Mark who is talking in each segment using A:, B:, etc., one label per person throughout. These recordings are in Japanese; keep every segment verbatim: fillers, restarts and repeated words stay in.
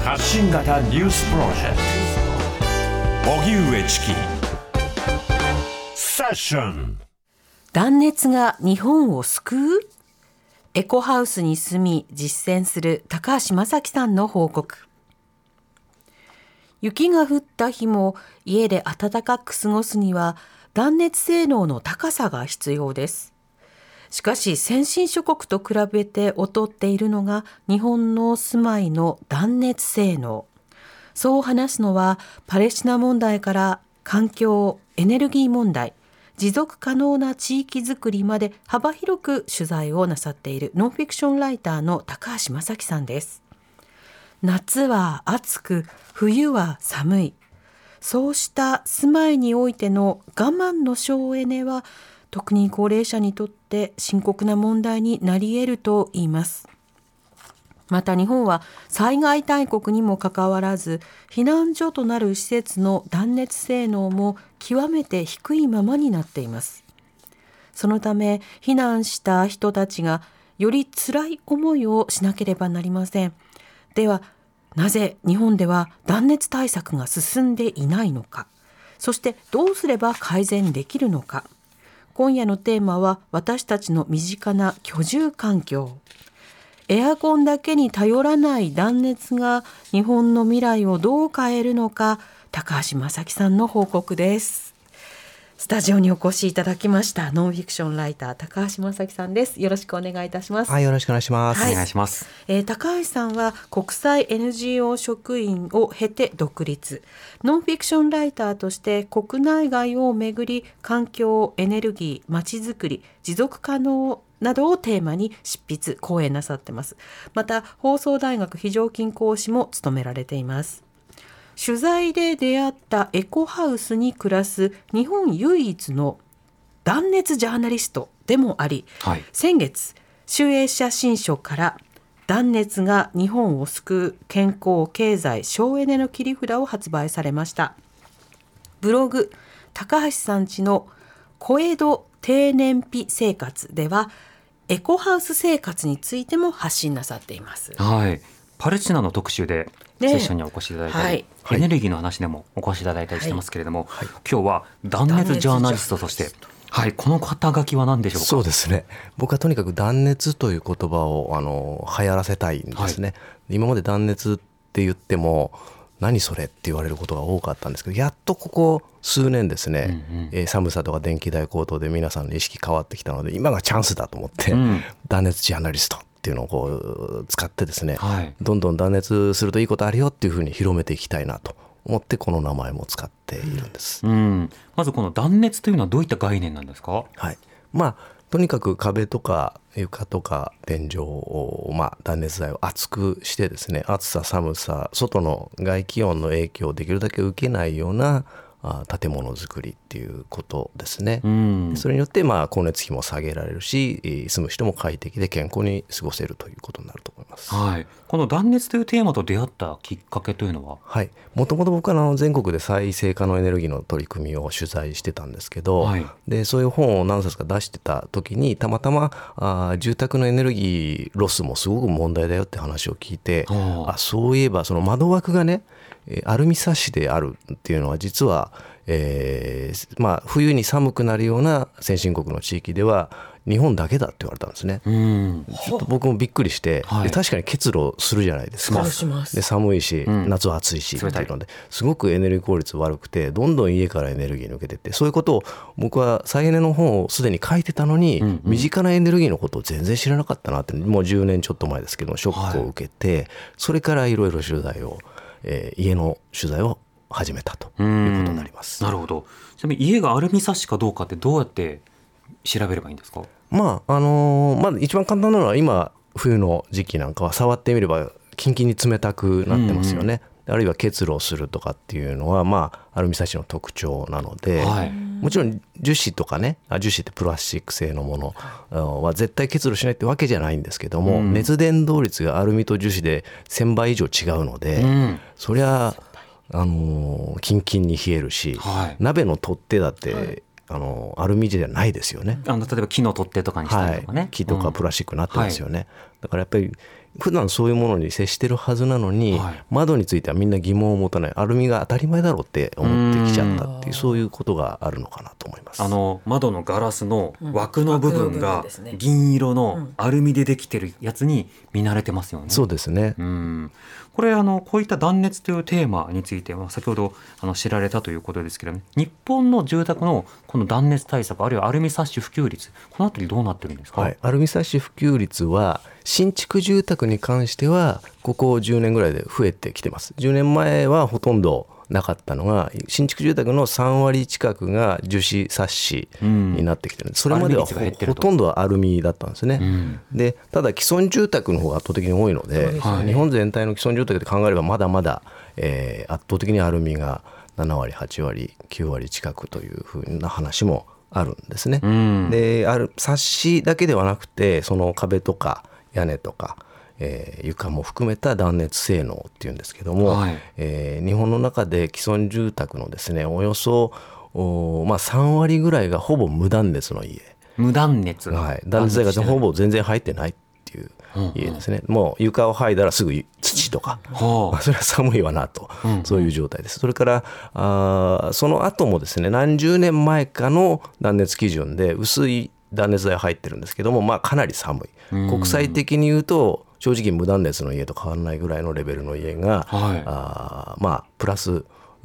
A: 発信型ニュースプロジェクト荻上チキセッション。
B: 断熱が日本を救う？エコハウスに住み実践する高橋正樹さんの報告。雪が降った日も家で暖かく過ごすには断熱性能の高さが必要です。しかし先進諸国と比べて劣っているのが日本の住まいの断熱性能。そう話すのはパレスチナ問題から環境、エネルギー問題、持続可能な地域づくりまで幅広く取材をなさっているノンフィクションライターの高橋正樹さんです。夏は暑く、冬は寒い。そうした住まいにおいての我慢の省エネは特に高齢者にとって深刻な問題になり得ると言います。また日本は災害大国にもかかわらず避難所となる施設の断熱性能も極めて低いままになっています。そのため避難した人たちがより辛い思いをしなければなりません。ではなぜ日本では断熱対策が進んでいないのか、そしてどうすれば改善できるのか。今夜のテーマは私たちの身近な居住環境。エアコンだけに頼らない断熱が日本の未来をどう変えるのか、高橋正樹さんの報告です。スタジオにお越しいただきましたノンフィクションライター高橋正樹さんです。よろしくお願いいたします。
C: はい、よろしくお願いします。
B: はい、
C: お願いします。
B: えー、高橋さんは国際 エヌジーオー 職員を経て独立。ノンフィクションライターとして国内外をめぐり環境、エネルギー、まちづくり、持続可能などをテーマに執筆、講演なさってます。また放送大学非常勤講師も務められています。取材で出会ったエコハウスに暮らす日本唯一の断熱ジャーナリストでもあり、はい、先月集英社新書から断熱が日本を救う健康、経済、省エネの切り札を発売されました。ブログ高橋さんちの小江戸低燃費生活ではエコハウス生活についても発信なさっています。
D: はい、パレスチナの特集でセッションにお越しいただいたり、ね、はい、エネルギーの話でもお越しいただいたりしてますけれども、はいはい、今日は断熱ジャーナリストとして、はい、この肩書きは何でしょうか。
C: そうですね、僕はとにかく断熱という言葉をあの流行らせたいんですね、はい、今まで断熱って言っても何それって言われることが多かったんですけど、やっとここ数年ですね、うんうん、えー、寒さとか電気代高騰で皆さんの意識変わってきたので今がチャンスだと思って、うん、断熱ジャーナリストっていうのをこう使ってですね、はい、どんどん断熱するといいことあるよっていうふうに広めていきたいなと思ってこの名前も使っているんです、
D: うん、まずこの断熱というのはどういった概念なんですか。
C: はい、まあとにかく壁とか床とか天井を、まあ、断熱材を厚くしてですね、暑さ寒さ外の外気温の影響をできるだけ受けないようなあ建物づくりっていうことですね、うん、それによってまあ光熱費も下げられるし住む人も快適で健康に過ごせるということになると思います、
D: はい、この断熱というテーマと出会ったきっかけというのは。
C: はい、もともと僕はあの全国で再生可能エネルギーの取り組みを取材してたんですけど、はい、でそういう本を何冊か出してた時にたまたまあ住宅のエネルギーロスもすごく問題だよって話を聞いて、あそういえばその窓枠がねアルミサッシであるっていうのは実は、えーまあ、冬に寒くなるような先進国の地域では日本だけだって言われたんですね。うん、ちょっと僕もびっくりして、はい、で確かに結露するじゃないですか。で寒いし、うん、夏は暑いしっていうのですごくエネルギー効率悪くてどんどん家からエネルギー抜けてって、そういうことを僕は再エネの本をすでに書いてたのに、うんうん、身近なエネルギーのことを全然知らなかったなって、もうじゅうねんちょっと前ですけどショックを受けて、はい、それからいろいろ取材をえー、家の取材を始めたということになります。
D: なるほど。ちなみに家がアルミサッシかどうかってどうやって調べればいいんですか。
C: まああのー、まず一番簡単なのは今冬の時期なんかは触ってみればキンキンに冷たくなってますよね、うんうん、あるいは結露するとかっていうのは、まあ、アルミサッシの特徴なので、はい、もちろん樹脂とかね、樹脂ってプラスチック製のものは絶対結露しないってわけじゃないんですけども、うん、熱伝導率がアルミと樹脂でせんばい以上違うので、うん、そりゃあのー、キンキンに冷えるし、はい、鍋の取っ手だって、はい、あのアルミじゃないですよね。
D: あの例えば木の取っ手とかにしたりとかね、
C: はい、木とかプラスチックになってますよね、うんはい、だからやっぱり普段そういうものに接してるはずなのに、はい、窓についてはみんな疑問を持たない、アルミが当たり前だろうって思ってきちゃったっていう、そういうことがあるのかなと思います。
D: あの窓のガラスの枠の部分が銀色のアルミでできてるやつに見慣れてますよね。
C: そうですね。
D: うん、これあのこういった断熱というテーマについては先ほどあの知られたということですけれども、日本の住宅のこの断熱対策、あるいはアルミサッシ普及率、このあたりどうなってるんですか？
C: はい、アルミサッシ普及率は新築住宅に関してはここじゅうねんぐらいで増えてきてます。じゅうねんまえはほとんどなかったのが、新築住宅のさんわり近くが樹脂サッシになってきてるんです。それまでは ほ, ほとんどはアルミだったんですね、うん、でただ既存住宅の方が圧倒的に多いの で, で、ね、日本全体の既存住宅で考えればまだまだ、えー、圧倒的にアルミがななわりはちわりきゅうわり近くというふうな話もあるんですね、うん、であるサッシだけではなくて、その壁とか屋根とかえー、床も含めた断熱性能っていうんですけども、はい、えー、日本の中で既存住宅のですねおよそお、まあ、さんわりぐらいがほぼ無断熱の家。
D: 無断熱、
C: はい、断熱材がほぼ全然入ってないっていう家ですね、うんうん、もう床を剥いだらすぐ土とか、うん、それは寒いわなと、うんうん、そういう状態です。それからあその後もですね、何十年前かの断熱基準で薄い断熱材入ってるんですけども、まあ、かなり寒い、うん、国際的に言うと正直無断熱の家と変わらないぐらいのレベルの家が、はい、あまあプラス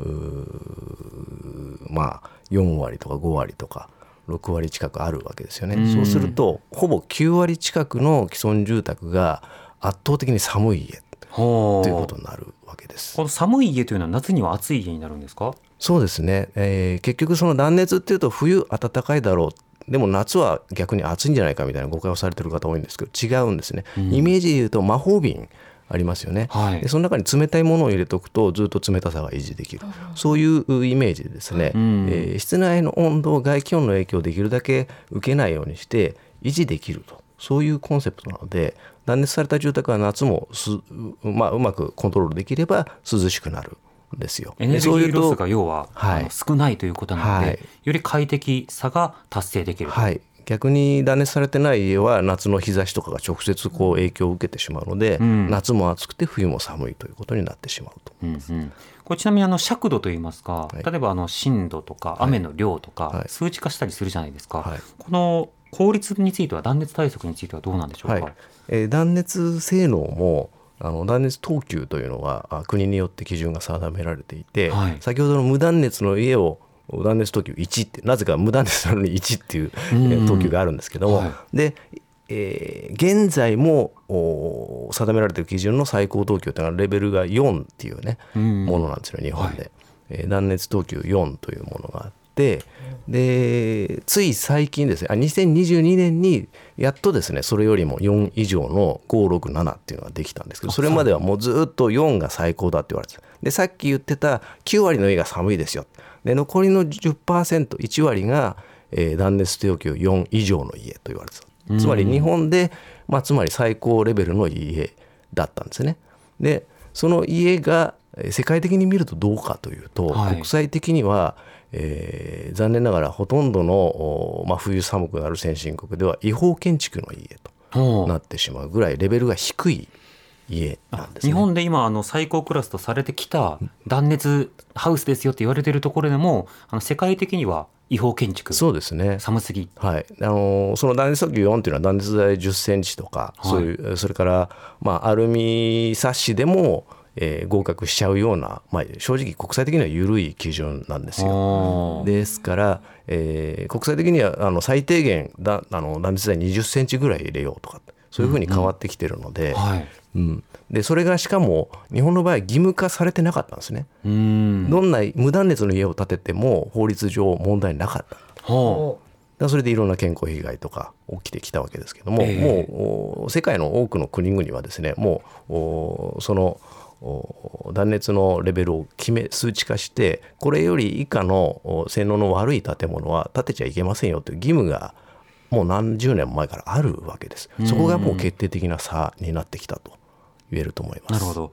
C: まあよんわりとかごわりとかろくわり近くあるわけですよね、うん、そうするとほぼきゅうわり近くの既存住宅が圧倒的に寒い家ということになるわけです。
D: この寒い家というのは夏には暑い家になるんですか？
C: そうですね、えー、結局その断熱っていうと冬暖かいだろう、でも夏は逆に暑いんじゃないかみたいな誤解をされてる方多いんですけど、違うんですね、うん、イメージで言うと魔法瓶ありますよね、はい、でその中に冷たいものを入れておくとずっと冷たさが維持できる、そういうイメージでですね、うん、えー、室内の温度、外気温の影響をできるだけ受けないようにして維持できると、そういうコンセプトなので、断熱された住宅は夏もす、まあ、うまくコントロールできれば涼しくなるですよ。
D: エネルギーロスが要は、はい、あの少ないということなので、はい、より快適さが達成できると、はい、
C: 逆に断熱されてない家は夏の日差しとかが直接こう影響を受けてしまうので、うん、夏も暑くて冬も寒いということになってしまうと思います、うんうん、
D: これちなみにあの尺度といいますか、はい、例えばあの震度とか雨の量とか、はい、数値化したりするじゃないですか、はい、この効率については、断熱対策についてはどうなんでしょうか？はい、
C: えー、断熱性能もあの断熱等級というのは国によって基準が定められていて、はい、先ほどの無断熱の家を断熱等級いちって、なぜか無断熱なのにいちっていう、うん、等級があるんですけども、はい、で、えー、現在も定められている基準の最高等級というのはレベルがよんっていうね、うん、ものなんですよ日本で、はい、えー、断熱等級よんというものがあって、でつい最近ですね、あにせんにじゅうにねんにやっとですね、それよりもよん以上のご、ろく、ななっていうのができたんですけど、それまではもうずっとよんが最高だって言われてた。でさっき言ってたきゅうわりの家が寒いですよ、で残りの じゅっパーセント、いちわりが、えー、断熱等級よん以上の家と言われてた。つまり日本で、まあ、つまり最高レベルの家だったんですね。でその家が世界的に見るとどうかというと、はい、国際的にはえー、残念ながらほとんどの、まあ、冬寒くなる先進国では違法建築の家となってしまうぐらいレベルが低い家なんですね。
D: 日本で今あの最高クラスとされてきた断熱ハウスですよって言われているところでも、あの世界的には違法建築、
C: そうですね、
D: 寒すぎ、
C: はい、あのその断熱等級よんというのは断熱材じゅっセンチとか、はい、そういうそれから、まあ、アルミサッシでもえー、合格しちゃうような、まあ、正直国際的には緩い基準なんですよ。ですから、えー、国際的にはあの最低限だあの断熱材にじゅっセンチぐらい入れようとか、そういうふうに変わってきてるので、うんうん、はい、うん、でそれがしかも日本の場合は義務化されてなかったんですね。うん、どんな無断熱の家を建てても法律上問題なかった。はあ、だそれでいろんな健康被害とか起きてきたわけですけども、えー、もう世界の多くの国々はですね、もうその断熱のレベルを決め数値化して、これより以下の性能の悪い建物は建てちゃいけませんよという義務がもう何十年も前からあるわけです。そこがもう決定的な差になってきたと言えると思います。
D: なるほど。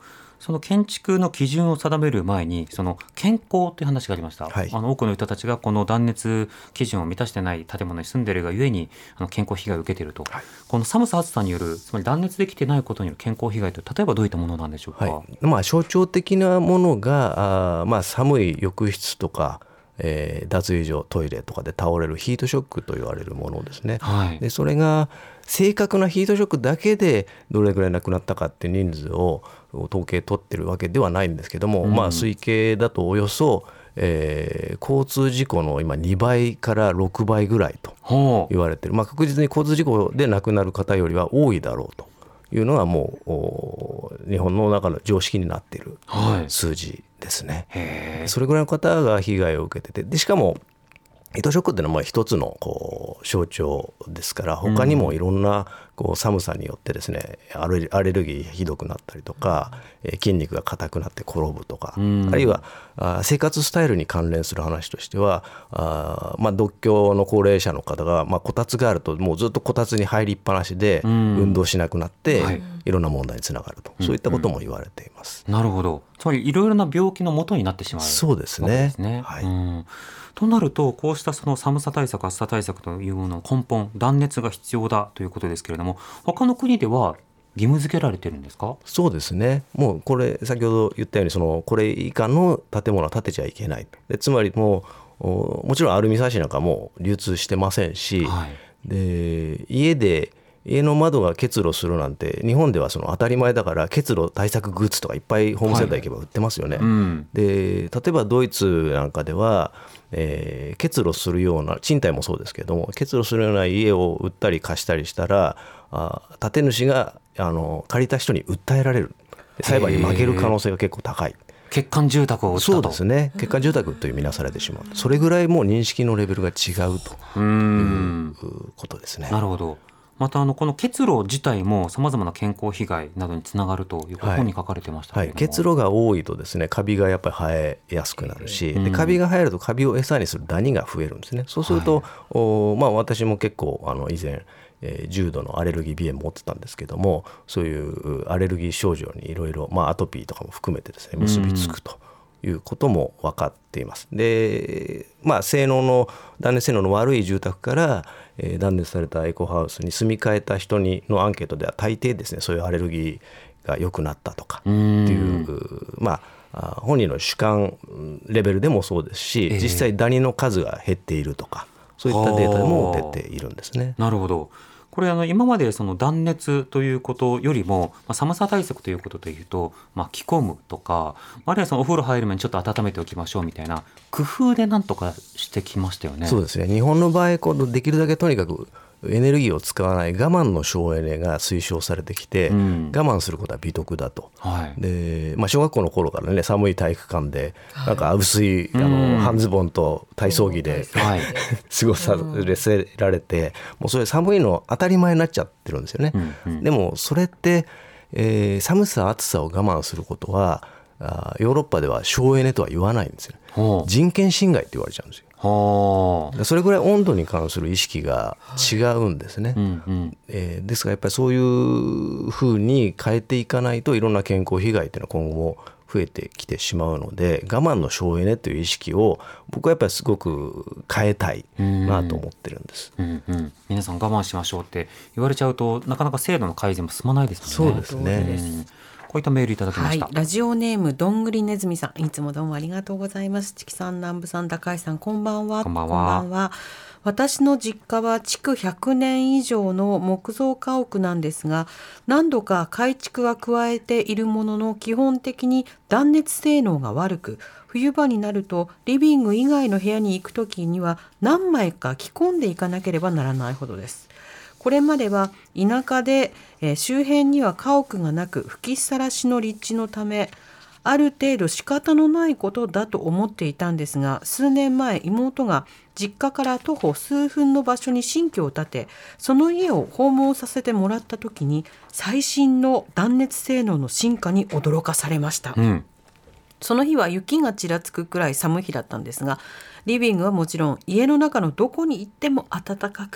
D: その建築の基準を定める前にその健康という話がありました、はい、あの多くの人たちがこの断熱基準を満たしてない建物に住んでいるがゆえにあの健康被害を受けていると、はい、この寒さ暑さによるつまり断熱できてないことによる健康被害と例えばどういったものなんでしょうか。
C: はい、まあ、象徴的なものがあ、まあ、寒い浴室とかえー、脱衣所トイレとかで倒れるヒートショックと言われるものですね、はい、でそれが正確なヒートショックだけでどれぐらい亡くなったかっていう人数を統計取ってるわけではないんですけども、うん、まあ、推計だとおよそ、えー、交通事故の今にばいからろくばいぐらいと言われてる、まあ、確実に交通事故で亡くなる方よりは多いだろうというのがもう日本の中の常識になっている数字ですね、はい、それぐらいの方が被害を受けてて、でしかもヒートショックっていうのはまあ一つのこう象徴ですから、他にもいろんなこう寒さによってですね、アレルギーひどくなったりとか、筋肉が硬くなって転ぶとか、あるいは生活スタイルに関連する話としては、あまあ独居の高齢者の方がまあこたつがあるともうずっとこたつに入りっぱなしで運動しなくなっていろんな問題につながると、そういったことも言われています。
D: なるほど。つまりいろいろな病気の元になってしまう。
C: そうですね。はい。うん、
D: となるとこうしたその寒さ対策暑さ対策というものの根本、断熱が必要だということですけれども、他の国では義務付けられてるんですか。
C: そうですね。もうこれ先ほど言ったようにそのこれ以下の建物は建てちゃいけないで、つまりもうもちろんアルミサッシなんかも流通してませんし、はい、で家で家の窓が結露するなんて日本ではその当たり前だから、結露対策グッズとかいっぱいホームセンター行けば売ってますよね、はい、うん、で例えばドイツなんかでは、えー、結露するような賃貸もそうですけども、結露するような家を売ったり貸したりしたら、あ建主があの借りた人に訴えられる、裁判に負ける可能性が結構高い。
D: 欠陥住宅を売ったと。
C: そうですね、欠陥住宅という見なされてしまう、それぐらいもう認識のレベルが違うということですね。
D: なるほど。またあのこの結露自体もさまざまな健康被害などにつながるという本に書かれてましたけれども、
C: はいはい、結露が多いとですね、カビがやっぱり生えやすくなるし、うん、でカビが生えるとカビを餌にするダニが増えるんですね。そうすると、はい、おまあ、私も結構あの以前、えー、重度のアレルギー鼻炎持ってたんですけども、そういうアレルギー症状にいろいろアトピーとかも含めてですね結びつくということも分かっています。で、まあ、性能の断熱性能の悪い住宅から、えー、断熱されたエコハウスに住み替えた人にのアンケートでは大抵ですね、そういうアレルギーが良くなったとかっていう、まあ、本人の主観レベルでもそうですし、実際ダニの数が減っているとか、そういったデータでも出ているんですね。
D: なるほど。これあの今までその断熱ということよりも、まあ、寒さ対策ということでいうと、まあ、着込むとか、あるいはそのお風呂入る前にちょっと温めておきましょうみたいな工夫でなんとかしてきましたよね。
C: そうですね。日本の場合このできるだけとにかくエネルギーを使わない我慢の省エネが推奨されてきて、うん、我慢することは美徳だと、はい、でまあ、小学校の頃からね、寒い体育館でなんか薄い、はい、あの半ズボンと体操着で、はい、過ごさせられて、もうそれ寒いの当たり前になっちゃってるんですよね、うんうん、でもそれって、えー、寒さ暑さを我慢することはあヨーロッパでは省エネとは言わないんですよ。人権侵害って言われちゃうんですよ。はあ、それぐらい温度に関する意識が違うんですね、うんうん、えー、ですからやっぱりそういうふうに変えていかないといろんな健康被害っていうのは今後も増えてきてしまうので、我慢の省エネという意識を僕はやっぱりすごく変えたいなと思ってるんです、
D: うんうん、皆さん我慢しましょうって言われちゃうとなかなか制度の改善も進まないですもんね。
C: そうですね、うん、
D: こういったメールいただきました、
B: はい、ラジオネームどんぐりねずみさん、いつもどうもありがとうございます。チキさん、南部さん、高橋さん、こんばんは。
D: こんばんは。
B: こんばんは。私の実家は築ひゃくねん以上の木造家屋なんですが、何度か改築は加えているものの基本的に断熱性能が悪く、冬場になるとリビング以外の部屋に行くときには何枚か着込んでいかなければならないほどです。これまでは田舎で、えー、周辺には家屋がなく吹きさらしの立地のためある程度仕方のないことだと思っていたんですが、数年前妹が実家から徒歩数分の場所に新居を建て、その家を訪問させてもらった時に最新の断熱性能の進化に驚かされました、うん、その日は雪がちらつくくらい寒い日だったんですが、リビングはもちろん家の中のどこに行っても暖かく、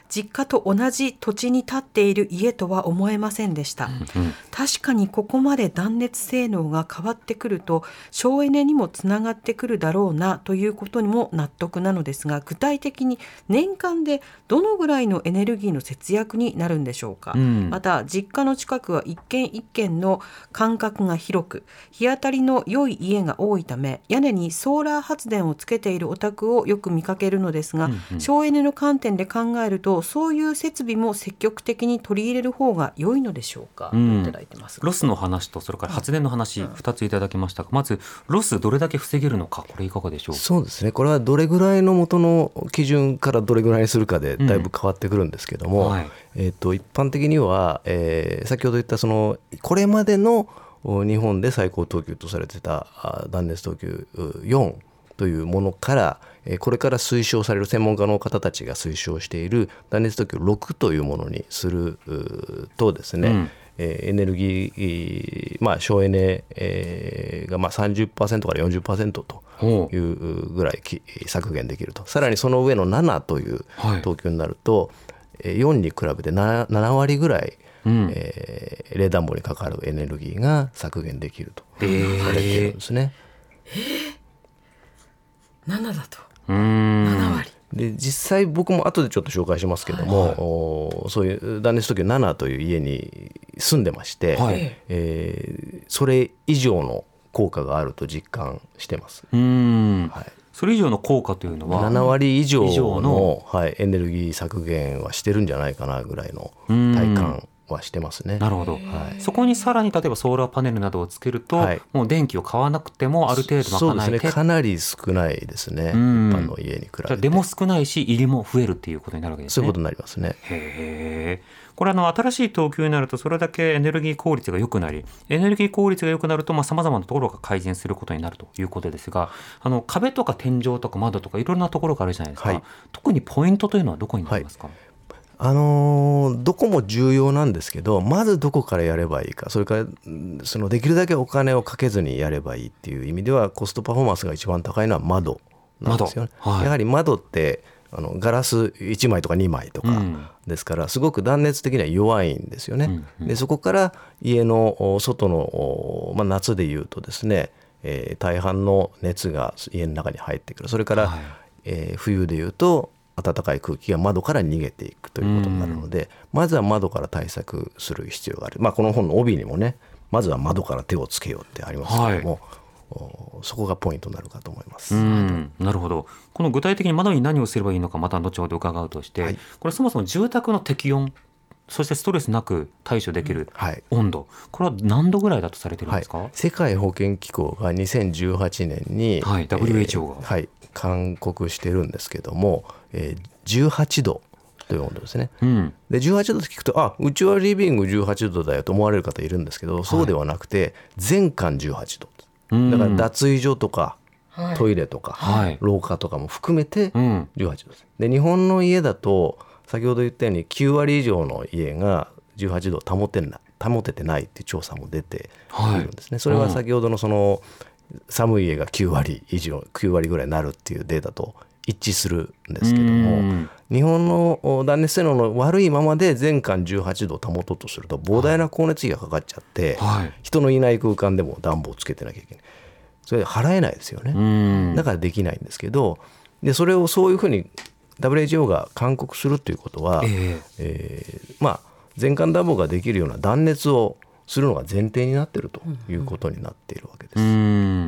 B: 実家と同じ土地に建っている家とは思えませんでした、うんうん、確かにここまで断熱性能が変わってくると省エネにもつながってくるだろうなということにも納得なのですが、具体的に年間でどのぐらいのエネルギーの節約になるんでしょうか、うん、また実家の近くは一軒一軒の間隔が広く日当たりの良い家が多いため、屋根にソーラー発電をつけているお宅をよく見かけるのですが、うんうん、省エネの観点で考えるとそういう設備も積極的に取り入れる方が良いのでしょうか、うん、いただいてます。
D: ロスの話とそれから発電の話、うん、ふたついただきましたが、まずロスどれだけ防げるのか、これいかがでしょう。
C: そうですね、これはどれぐらいの元の基準からどれぐらいにするかでだいぶ変わってくるんですけども、うんはいえー、と一般的には、えー、先ほど言ったそのこれまでの日本で最高等級とされてた断熱等級よんというものから、これから推奨される専門家の方たちが推奨している断熱等級ろくというものにするとですね、うんエネルギー、まあ、省エネがまあ さんじゅっパーセント から よんじゅっパーセント というぐらい削減できると。さらにその上のななという等級になると、はい、よんに比べて 7, なな割ぐらい、うんえー、冷暖房にかかるエネルギーが削減できるとされているんですね。
B: えー、ななだとうーんなな割
C: で実際僕も後でちょっと紹介しますけども、はいはい、そういう断熱等級ななという家に住んでまして、はいえー、それ以上の効果があると実感してます。
D: うーん、はい、それ以上の効果というのは
C: なな割以上 の, 以上の、はい、エネルギー削減はしてるんじゃないかなぐらいの体感はしてますね。
D: なるほど、はい、そこにさらに例えばソーラーパネルなどをつけると、はい、もう電気を買わなくてもある程度賄えて、
C: そうですね、かなり少ないですね、一般の家に比べて。じゃ
D: 出も少ないし入りも増えるっていうことになるわけですね。
C: そういうことになりますね。
D: へー、これあの新しい等級になるとそれだけエネルギー効率が良くなり、エネルギー効率が良くなるとさまざ、まなところが改善することになるということですが、あの壁とか天井とか窓とかいろんなところがあるじゃないですか、はい、特にポイントというのはどこになりますか。はい、
C: あのー、どこも重要なんですけど、まずどこからやればいいか、それからそのできるだけお金をかけずにやればいいっていう意味ではコストパフォーマンスが一番高いのは窓なんですよね。はい、やはり窓ってあのガラスいちまいとかにまいとかですから、すごく断熱的には弱いんですよね。うんうん、でそこから家の外の、まあ、夏でいうとですね、えー、大半の熱が家の中に入ってくる。それから、はいえー、冬でいうと暖かい空気が窓から逃げていくということになるので、うん、まずは窓から対策する必要がある。まあ、この本の帯にもね、まずは窓から手をつけようってありますけども、はいそこがポイントになるかと思います。
D: うんなるほど。この具体的に窓に何をすればいいのかまた後ほど伺うとして、はい、これそもそも住宅の適温、そしてストレスなく対処できる温度、はい、これは何度ぐらいだとされてるんですか。はい、
C: 世界保健機構がにせんじゅうはちねんに、
D: はい、ダブリューエイチオー が、
C: えーはい、勧告してるんですけども、えー、じゅうはちどという温度ですね。うん、でじゅうはちどと聞くと、あうちはリビングじゅうはちどだよと思われる方いるんですけど、そうではなくて全館じゅうはちど、だから脱衣所とかトイレとか、はい、廊下とかも含めてじゅうはちどです。で日本の家だと先ほど言ったようにきゅう割以上の家がじゅうはちどを保てな、保ててないっていう調査も出ているんですね。はい、それは先ほどのその寒い家がきゅう割以上きゅう割ぐらいになるっていうデータと一致するんですけども、日本の断熱性能の悪いままで全館じゅうはちどを保とうとすると膨大な光熱費がかかっちゃって、はい、人のいない空間でも暖房をつけてなきゃいけない。それ払えないですよね。だからできないんですけど、でそれをそういうふうに ダブリューエイチオー が勧告するということは、えーえーまあ、全館暖房ができるような断熱をするのが前提になっているということになっているわけです。
D: うん、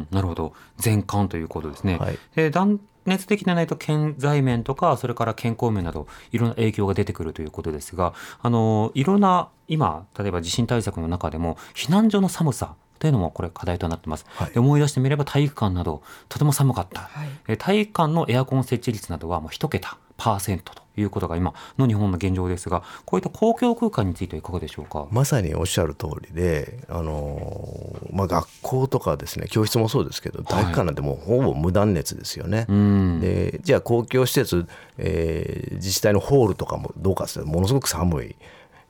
D: なるほど、全館ということですね。はい、で断熱的でないと経済面とかそれから健康面などいろんな影響が出てくるということですが、あのいろんな今例えば地震対策の中でも避難所の寒さというのもこれ課題となっています。はい、で思い出してみれば体育館などとても寒かった、はい、体育館のエアコン設置率などはもう一桁パーセントということが今の日本の現状ですが、こういった公共空間についてはいかがでしょうか。
C: まさにおっしゃる通りで、あのーまあ、学校とかですね、教室もそうですけど体育館なんてもうほぼ無断熱ですよね。はい、でじゃあ公共施設、えー、自治体のホールとかもどうかするとものすごく寒い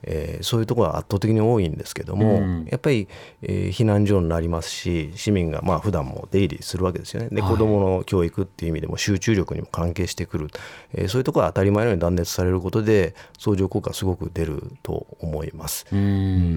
C: えー、そういうところは圧倒的に多いんですけども、うん、やっぱり、えー、避難所になりますし、市民がまあ普段も出入りするわけですよね。で、子どもの教育っていう意味でも集中力にも関係してくる、えー、そういうところは当たり前のように断熱されることで相乗効果がすごく出ると思います。
D: うん、うん、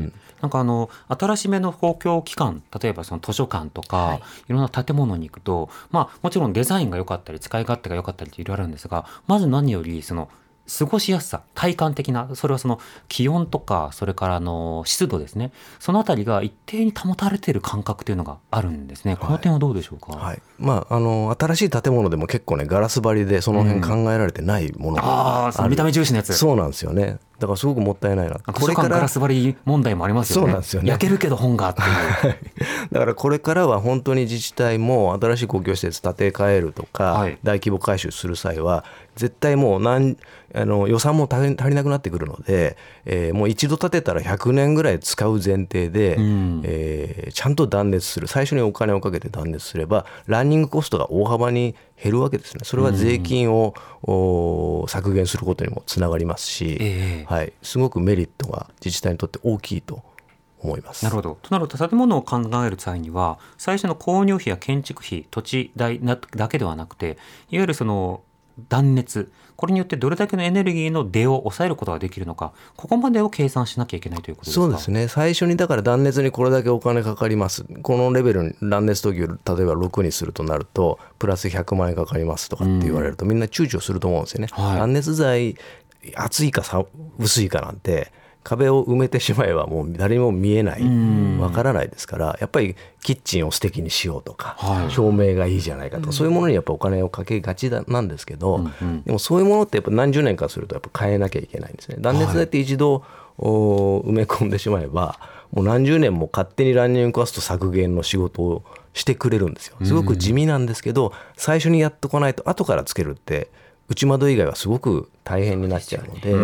D: なんかあの新しめの公共機関、例えばその図書館とか、はい、いろんな建物に行くと、まあ、もちろんデザインが良かったり使い勝手が良かったりっていろいろあるんですが、まず何よりその過ごしやすさ、体感的な、それはその気温とか、それからあの湿度ですね、そのあたりが一定に保たれている感覚というのがあるんですね。この点はどうでしょうか。
C: はいはい、まあ、あの新しい建物でも結構ねガラス張りでその辺考えられてないものがある、
D: うん、あ見た目重視のやつ。
C: そうなんですよね。だからすごくもったいないな。
D: これからガラス張り問題もありますよね。
C: そうなんですよね。
D: 焼けるけど本がっていう。
C: だからこれからは本当に自治体も新しい公共施設建て替えるとか、はい、大規模改修する際は絶対もう何あの予算も足り、足りなくなってくるので、えー、もう一度建てたらひゃくねんぐらい使う前提で、うんえー、ちゃんと断熱する、最初にお金をかけて断熱すればランニングコストが大幅に減るわけですね。それは税金を、うん、削減することにもつながりますし、えーはい、すごくメリットが自治体にとって大きいと思います。
D: なるほど。となると建物を考える際には最初の購入費や建築費、土地代だけではなくて、いわゆるその断熱、これによってどれだけのエネルギーの出を抑えることができるのか、ここまでを計算しなきゃいけないということですか。
C: そうですね。最初にだから断熱にこれだけお金かかります、このレベルに断熱等級例えばろくにするとなるとプラスひゃくまんえんかかりますとかって言われると、うん、みんな躊躇すると思うんですよね、はい、断熱材厚いかさ薄いかなんて壁を埋めてしまえばもう誰も見えない、わからないですから、やっぱりキッチンを素敵にしようとか、はい、照明がいいじゃないかとか、そういうものにやっぱお金をかけがちだなんですけど、うんうん、でもそういうものってやっぱ何十年かするとやっぱ変えなきゃいけないんですね。断熱材って一度、はい、埋め込んでしまえばもう何十年も勝手にランニングコスト削減の仕事をしてくれるんですよ。すごく地味なんですけど、最初にやっとかないと後からつけるって内窓以外はすごく大変になっちゃうので、うん、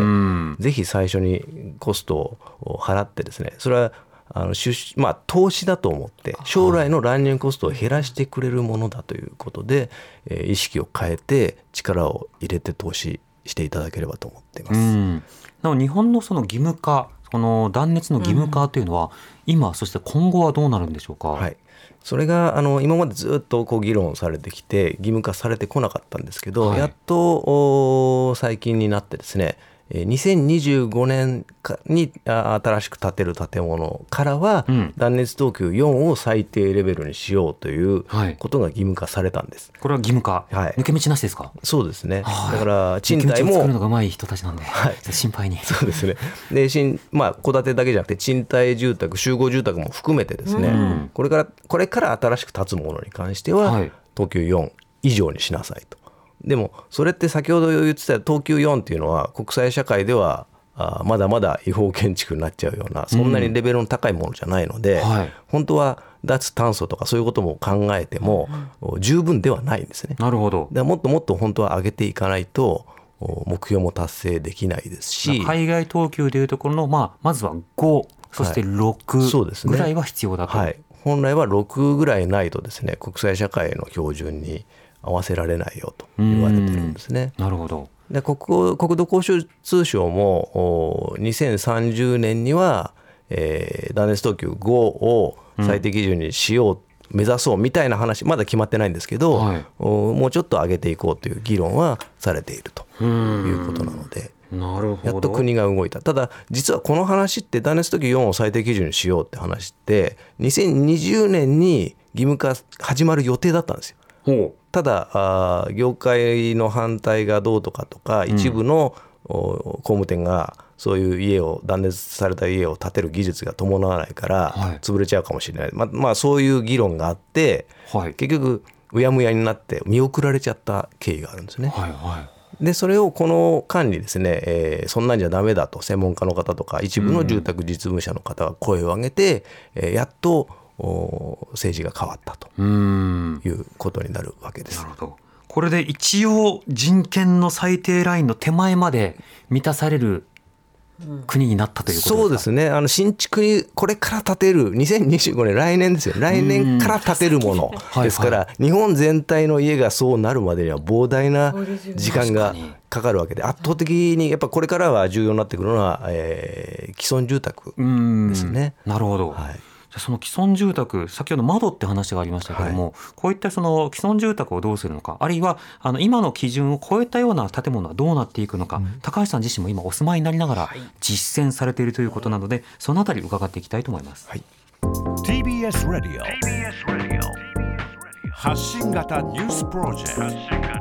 C: ぜひ最初にコストを払ってですね、それはあの出、まあ、投資だと思って将来のランニングコストを減らしてくれるものだということで、えー、意識を変えて力を入れて投資していただければと思っています。うん、
D: なお日本のその義務化、この断熱の義務化というのは、うん、今そして今後はどうなるんでしょうか。
C: はい、それがあの今までずっとこう議論されてきて義務化されてこなかったんですけど、はい、やっと最近になってですね、にせんにじゅうごねんに新しく建てる建物からは断熱等級よんを最低レベルにしようということが義務化されたんです、
D: はい、これは義務化、はい、抜け道なしですか。
C: そうですね、はい、だから賃貸も
D: 抜け道を作るのが上手い人たちなんで、はい、心配に。
C: そうですね。で新、まあ、戸建てだけじゃなくて賃貸住宅、集合住宅も含めてですね、うん、これからこれから新しく建つものに関しては、はい、等級よん以上にしなさいと。でもそれって先ほど言ってた等級よんっていうのは国際社会ではあまだまだ違法建築になっちゃうような、そんなにレベルの高いものじゃないので、うんはい、本当は脱炭素とかそういうことも考えても、うん、十分ではないんですね。
D: なるほど。
C: でもっともっと本当は上げていかないと目標も達成できないですし、
D: 海外等級でいうところの、まあ、まずはご、そしてろくぐらいは必要だと、
C: はい、本来はろくぐらいないとですね、国際社会の標準に合わせられないよと言われてるんですね。
D: なるほど。
C: で 国, 国土交通省もにせんさんじゅうねんには、えー、断熱等級ごを最低基準にしよう、うん、目指そうみたいな話まだ決まってないんですけど、はい、もうちょっと上げていこうという議論はされているということなので、
D: なるほど。
C: やっと国が動いた。ただ実はこの話って断熱等級よんを最低基準にしようって話ってにせんにじゅうねんに義務化始まる予定だったんですよ。ほう。ただあ業界の反対がどうとかとか、一部の、うん、工務店がそういう家を断熱された家を建てる技術が伴わないから、はい、潰れちゃうかもしれない、ままあ、そういう議論があって、はい、結局うやむやになって見送られちゃった経緯があるんですね。はいはい、でそれをこの間にですね、えー、そんなんじゃダメだと専門家の方とか一部の住宅実務者の方が声を上げて、うんえー、やっと政治が変わったということになるわけです。
D: なるほど。これで一応人権の最低ラインの手前まで満たされる国になったということですか。
C: そうですね、あの新築にこれから建てるにせんにじゅうごねん、来年ですよ、来年から建てるものですから、はいはい、日本全体の家がそうなるまでには膨大な時間がかかるわけで、圧倒的にやっぱこれからは重要になってくるのは、えー、既存住宅ですね。
D: なるほど、はい。じゃあその既存住宅、先ほど窓って話がありましたけれども、はい、こういったその既存住宅をどうするのか、あるいはあの今の基準を超えたような建物はどうなっていくのか、うん、高橋さん自身も今お住まいになりながら実践されているということなので、そのあたり伺っていきたいと思います。はい、
A: ティービーエス Radio 発信型ニュースプロジェクト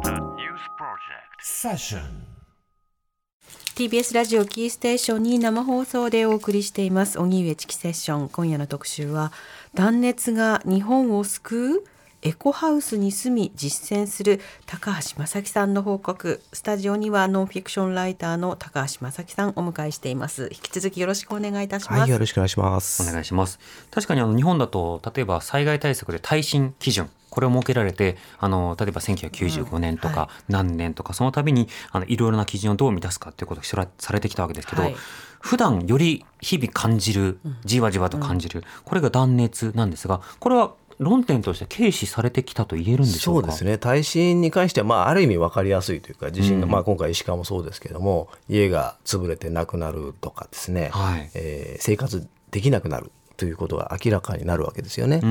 A: セッション。
B: ティービーエス ラジオキーステーションに生放送でお送りしています荻上チキセッション。今夜の特集は、断熱が日本を救うエコハウスに住み実践する高橋正樹さんの報告。スタジオにはノンフィクションライターの高橋正樹さんお迎えしています。引き続きよろしくお願いいたします。
C: はい、よろしくお願いします。
D: お願いします。確かにあの日本だと例えば災害対策で耐震基準、これを設けられて、あの例えばせんきゅうひゃくきゅうじゅうごねんとか何年とか、その度にあのいろいろな基準をどう満たすかということがされてきたわけですけど、はい、普段より日々感じる、じわじわと感じる、これが断熱なんですが、これは論点として軽視されてきたと言えるんでしょうか。
C: そうですね、耐震に関しては、まあ、ある意味分かりやすいというか、地震が、うんまあ、今回石川もそうですけども、家が潰れてなくなるとかですね、はいえー、生活できなくなるということが明らかになるわけですよね、うん、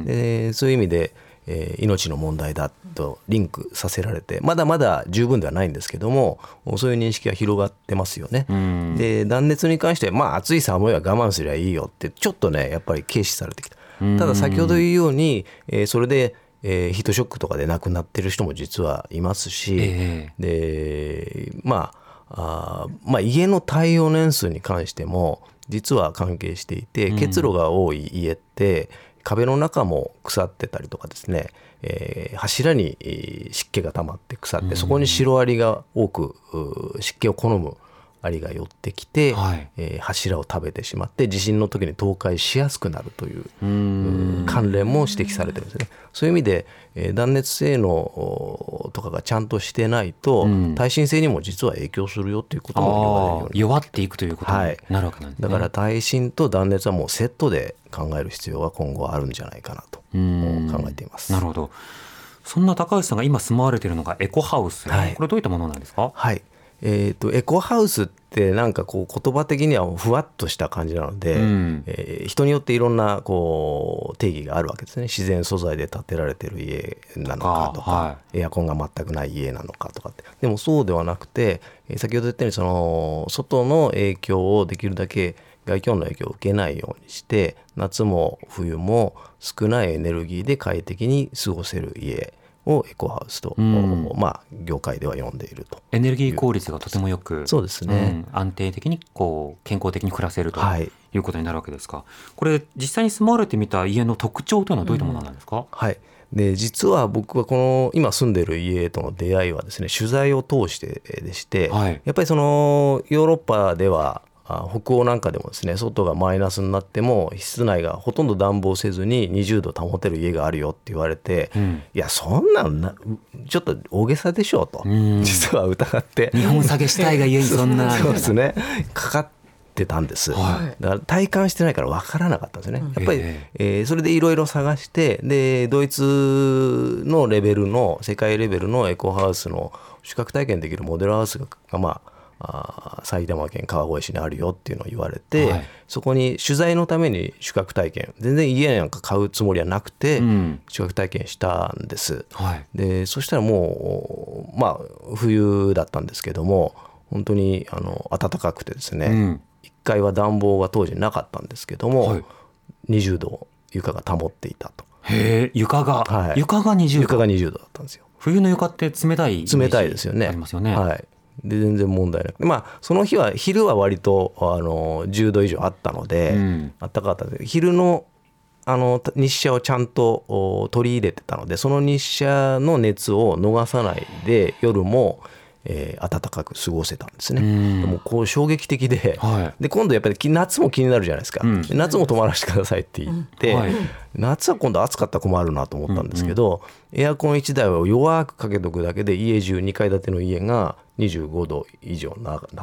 C: でそういう意味でえー、命の問題だとリンクさせられて、まだまだ十分ではないんですけども、そういう認識が広がってますよね。で断熱に関しては、まあ、暑い寒いは我慢すりゃいいよってちょっとねやっぱり軽視されてきた。ただ先ほど言うように、えー、それで、えー、ヒートショックとかで亡くなってる人も実はいますし、えー、でまあ、あまあ家の耐用年数に関しても実は関係していて、結露が多い家って壁の中も腐ってたりとかですね、えー、柱に湿気が溜まって腐って、そこにシロアリが多く湿気を好むアリが寄ってきて、はいえー、柱を食べてしまって地震の時に倒壊しやすくなるという関連も指摘されてるんですね。そういう意味で、えー、断熱性能とかがちゃんとしてないと、耐震性にも実は影響するよということも言われるように
D: 弱っていくということになるわけなんですね。
C: はい、だから耐震と断熱はもうセットで考える必要が今後あるんじゃないかなと考えています。
D: なるほど。そんな高橋さんが今住まわれているのがエコハウス、はい、これどういったものなんですか。
C: はいえー、とエコハウスってなんかこう言葉的にはふわっとした感じなので、うんえー、人によっていろんなこう定義があるわけですね。自然素材で建てられている家なのかとか、はい、エアコンが全くない家なのかとかって。でもそうではなくて、先ほど言ったようにその外の影響をできるだけ外気温の影響を受けないようにして、夏も冬も少ないエネルギーで快適に過ごせる家をエコハウスと、うんまあ、業界では呼んでいると。
D: エネルギー効率がとてもよく、
C: そうですね、
D: うん、安定的にこう健康的に暮らせるということになるわけですか。はい、これ実際に住まわれてみた家の特徴というのはどういったものなんですか。うん、
C: はいで実は僕はこの今住んでいる家との出会いはですね、取材を通してでして、はい、やっぱりそのヨーロッパでは北欧なんかでもですね、外がマイナスになっても室内がほとんど暖房せずににじゅうど保てる家があるよって言われて、うん、いやそんなんなちょっと大げさでしょうと、うん、実は疑って
D: 日本下げしたいがゆえにそんな
C: そうですねかかってたんです、はい、だから体感してないから分からなかったんですよね。やっぱり、えーえー、それでいろいろ探して、でドイツのレベルの世界レベルのエコハウスの宿泊体験できるモデルハウスがまああ埼玉県川越市にあるよっていうのを言われて、はい、そこに取材のために宿泊体験、全然家なんか買うつもりはなくて、うん、宿泊体験したんです、はい、でそしたらもう、まあ、冬だったんですけども本当にあの暖かくてですね、うん、いっかいは暖房が当時なかったんですけども、はい、にじゅうど床が保っていたと。
D: へえ、床が、はい、床がにじゅうど
C: 床がにじゅうどだったんですよ。
D: 冬の床って冷たい
C: 冷たいですよね。
D: ありますよね。
C: はい、で全然問題なくて、まあ、その日は昼は割とあのじゅうど以上あったので、うん、あったかかったで昼の、あの日射をちゃんと取り入れてたので、その日射の熱を逃さないで夜も、えー、暖かく過ごせたんですね。うん、でもこう衝撃的で、はい、で今度やっぱり夏も気になるじゃないですか、うん、夏も泊まらせてくださいって言って、うんはい、夏は今度暑かったら困るなと思ったんですけど、うんうん、エアコンいちだいを弱くかけとくだけで家中にかい建ての家がにじゅうごど以上ならない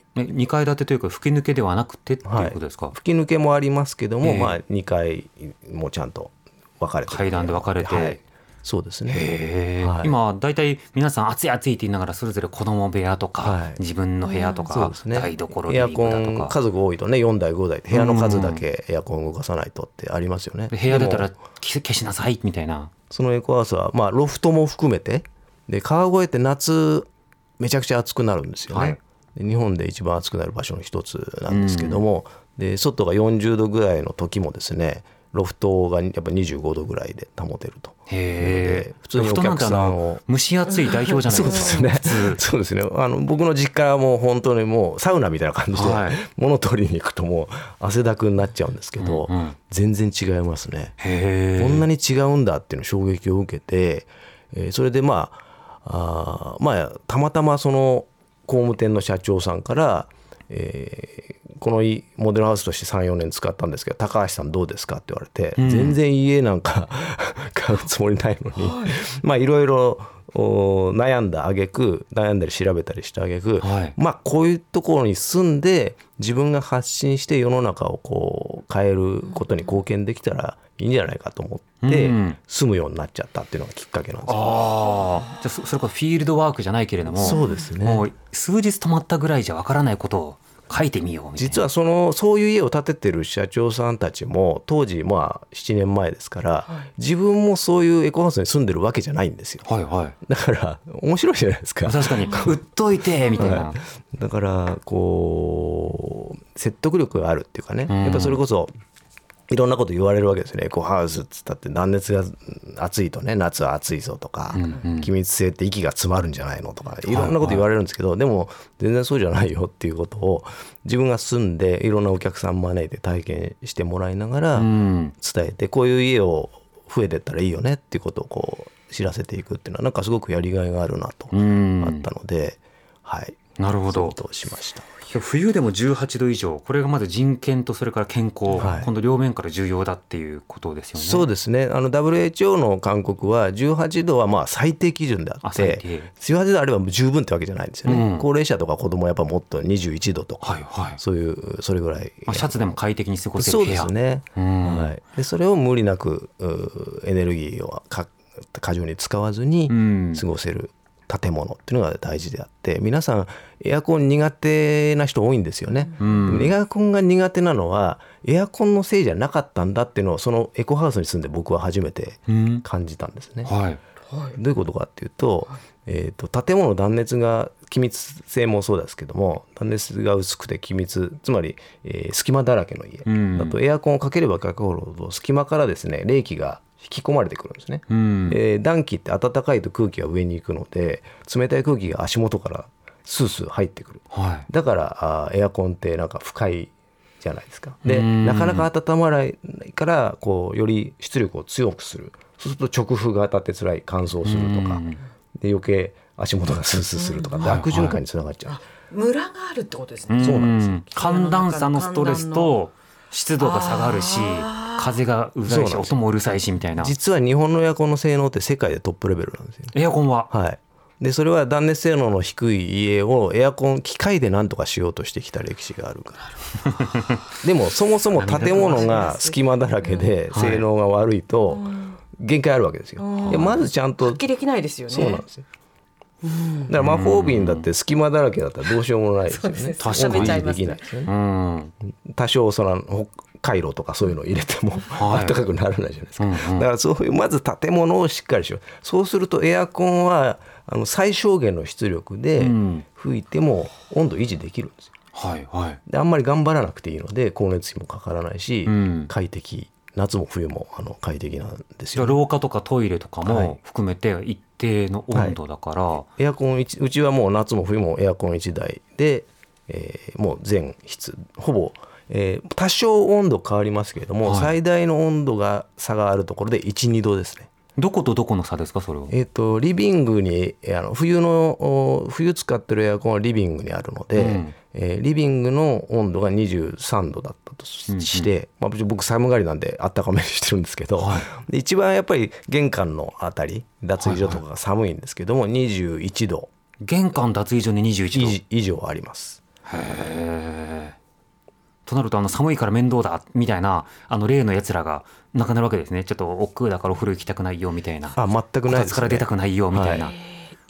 D: にかい建てというか吹き抜けではなくてっていうことですか？
C: はい、吹き抜けもありますけども、えーまあ、にかいもちゃんと分かれて
D: 階段で分かれて、はい、
C: そうですね。
D: へ、はい、今だいたい皆さん暑い暑いって言いながらそれぞれ子供部屋とか、はい、自分の部屋とか、うん、台所リビングだとか、エアコン
C: 家族多いとねよんだいごだい部屋の数だけエアコン動かさないとってありますよね。
D: 部屋出たら消しなさいみたいな。
C: そのエコハウスは、まあ、ロフトも含めてで川越って夏めちゃくちゃ暑くなるんですよね、はい、で日本で一番暑くなる場所の一つなんですけども、うん、で外がよんじゅうどぐらいの時もですねロフトがやっぱにじゅうごどぐらいで保てると。
D: へー、普通にお客さんを蒸し暑い代表じゃないですか。
C: そうですね。そうですね。あの僕の実家はもう本当にもうサウナみたいな感じで、はい、物取りに行くともう汗だくになっちゃうんですけど、うんうん、全然違いますね。
D: へー、
C: こんなに違うんだっていうの衝撃を受けて、えー、それでまあ、あまあたまたまその工務店の社長さんから、えーこのモデルハウスとして さんよねん使ったんですけど高橋さんどうですかって言われて、うん、全然家なんか買うつもりないのに、はい、まあいろいろ悩んだ挙句悩んだり調べたりした挙句、はい、まあこういうところに住んで自分が発信して世の中をこう変えることに貢献できたらいいんじゃないかと思って住むようになっちゃったっていうのがきっかけなんですよ、ね、
D: あじゃあ そ, それこそフィールドワークじゃないけれども
C: そうですね
D: もう数日泊まったぐらいじゃわからないことを書いてみようみたいな。
C: 実はそのそういう家を建ててる社長さんたちも当時まあななねんまえですから、はい、自分もそういうエコハウスに住んでるわけじゃないんですよ、
D: はいはい、
C: だから面白いじゃないですか。
D: 確かに売っといてみたいな、はい、
C: だからこう説得力があるっていうかね、やっぱそれこそいろんなこと言われるわけですよね。エコハウスっつったって断熱が暑いとね夏は暑いぞとか、うんうん、気密性って息が詰まるんじゃないのとかいろんなこと言われるんですけど、はいはい、でも全然そうじゃないよっていうことを自分が住んでいろんなお客さん招いて体験してもらいながら伝えて、こういう家を増えてったらいいよねっていうことをこう知らせていくっていうのはなんかすごくやりがいがあるなとあったので、はい、
D: なるほど、
C: そういうことをしました。
D: 冬でもじゅうはちど以上、これがまず人権とそれから健康、はい、今度両面から重要だっていうことですよね。
C: そうですね。あの ダブリューエイチオー の勧告はじゅうはちどはまあ最低基準であって、じゅうはちどあれば十分ってわけじゃないんですよね、うん、高齢者とか子供はやっぱもっとにじゅういちどとか、はいはい、そういうそれぐらい、
D: まあ、シャツでも快適に過ごせる部屋。
C: そうですね、うんはい、でそれを無理なくエネルギーを過剰に使わずに過ごせる、うん建物っていうのが大事であって、皆さんエアコン苦手な人多いんですよね、うん、エアコンが苦手なのはエアコンのせいじゃなかったんだっていうのをそのエコハウスに住んで僕は初めて感じたんですね、うんはい、どういうことかっていうと、えーと建物断熱が気密性もそうですけども断熱が薄くて気密つまり、えー、隙間だらけの家、うん、だとエアコンをかければかけるほど隙間からですね冷気が引き込まれてくるんですね、うんえー、暖気って暖かいと空気が上に行くので冷たい空気が足元からスースー入ってくる、はい、だからあエアコンってなんか不快じゃないですか。でなかなか温まらないからこうより出力を強くする。そうすると直風が当たって辛い乾燥するとかで余計足元がスースーするとかで悪循環につながっちゃう、はい
B: はい、ムラがあるってことですね。
C: そうなんですよ。
D: 寒暖差のストレスと湿度が下がるし風がうざいし音もうるさいしみたいな。
C: 実は日本のエアコンの性能って世界でトップレベルなんですよ、ね、
D: エアコンは、
C: はい、でそれは断熱性能の低い家をエアコン機械でなんとかしようとしてきた歴史があるからでもそもそも建物が隙間だらけで性能が悪いと限界あるわけですよ。いやまずちゃんと
B: 発揮できないですよね。
C: そうなんですよ。だから魔法瓶だって隙間だらけだったらどうしようもないですよね。
B: 温度維持
C: できないですよね。多少その回路とかそういうのを入れても暖かくならないじゃないですか、はいうんうん、だからそういうまず建物をしっかりしよう。そうするとエアコンはあの最小限の出力で吹いても温度維持できるんですよ、
D: はいはい、
C: であんまり頑張らなくていいので光熱費もかからないし、うん、快適夏も冬もあの快適なんですよ、ね、
D: 廊下とかトイレとかも含めて一定の温度だから、はい、
C: エアコンうちはもう夏も冬もエアコンいちだいで、えー、もう全室ほぼえー、多少温度変わりますけれども、はい、最大の温度が差があるところでいち、にどですね。
D: どことどこの差ですかそれは。
C: えーと、リビングにあの冬の冬使ってるエアコンはリビングにあるので、うんえー、リビングの温度がにじゅうさんどだったとして、うんうんまあ、僕寒がりなんであったかめにしてるんですけど、はい、で一番やっぱり玄関のあたり脱衣所とかが寒いんですけども、はいはい、にじゅういちど。
D: 玄関脱衣所ににじゅういちど
C: 以上あります。
D: へー。となるとあの寒いから面倒だみたいなあの例のやつらがなくなるわけですね。ちょっと億劫だからお風呂行きたくないよみたいな。
C: あ、全くないですね。
D: こたつから出たくないよみたいな、はい、